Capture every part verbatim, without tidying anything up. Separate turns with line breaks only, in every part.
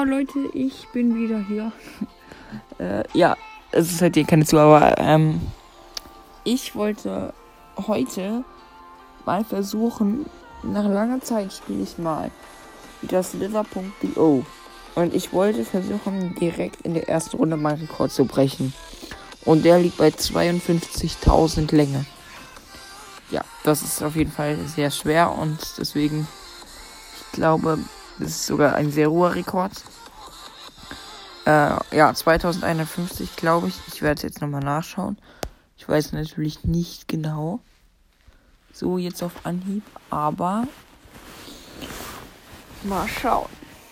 Ah Leute, ich bin wieder hier. äh, ja, es ist halt hier keine zu, aber ähm, ich wollte heute mal versuchen, nach langer Zeit spiele ich mal wieder Slither punkt io und ich wollte versuchen, direkt in der ersten Runde meinen Rekord zu brechen. Und der liegt bei zweiundfünfzigtausend Länge. Ja, das ist auf jeden Fall sehr schwer und deswegen, ich glaube, das ist sogar ein sehr hoher Rekord. Äh, ja, zweitausendeinhundertfünfzig, glaube ich. Ich werde es jetzt nochmal nachschauen. Ich weiß natürlich nicht genau. So jetzt auf Anhieb, aber mal schauen.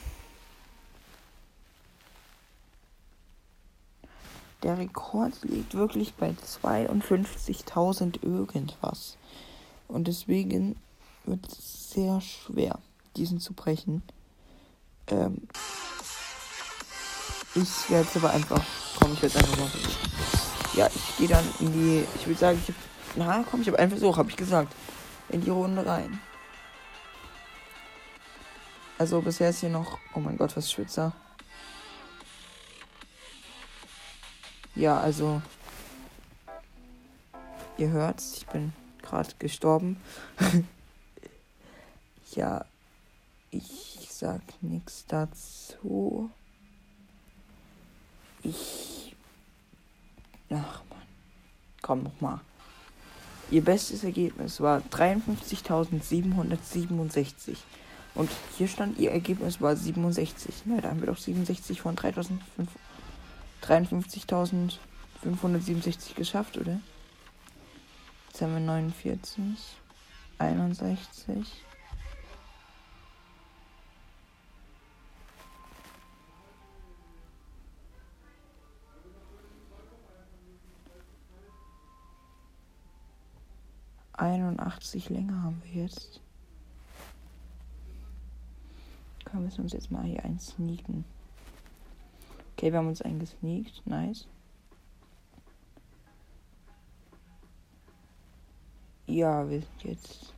Der Rekord liegt wirklich bei zweiundfünfzigtausend irgendwas. Und deswegen wird es sehr schwer, diesen zu brechen. Ähm, ich werde es aber einfach, komm, ich werde es einfach mal versuchen. Ja, ich gehe dann in die, ich würde sagen, ich habe, na komm, ich habe einen Versuch, habe ich gesagt, in die Runde rein. Also bisher ist hier noch, oh mein Gott, was Schwitzer. Ja, also, ihr hört's, ich bin gerade gestorben. Ja, ich sag nichts dazu. Ich, ach man, komm noch mal. Ihr bestes Ergebnis war dreiundfünfzigtausendsiebenhundertsiebenundsechzig. Und hier stand, ihr Ergebnis war siebenundsechzig. Na, da haben wir doch siebenundsechzig von dreiundfünfzigtausendfünfhundertsiebenundsechzig geschafft, oder? Jetzt haben wir neunundvierzig, einundsechzig. einundachtzig länger haben wir jetzt. Wir müssen uns jetzt mal hier einsneaken. Okay, wir haben uns eingesneakt. Nice. Ja, wir sind jetzt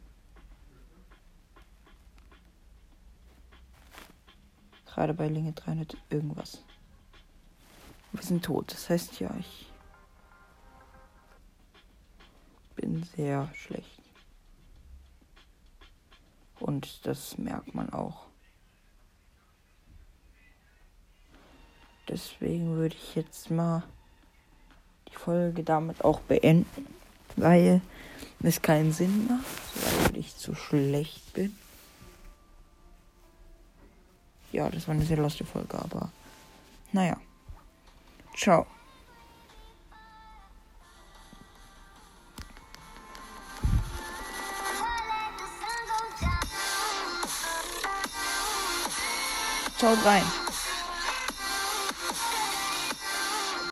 gerade bei Länge dreihundert irgendwas. Wir sind tot. Das heißt ja, ich bin sehr schlecht. Und das merkt man auch. Deswegen würde ich jetzt mal die Folge damit auch beenden, weil es keinen Sinn macht, weil ich zu schlecht bin. Ja, das war eine sehr lustige Folge, aber naja. Ciao. Schaut rein.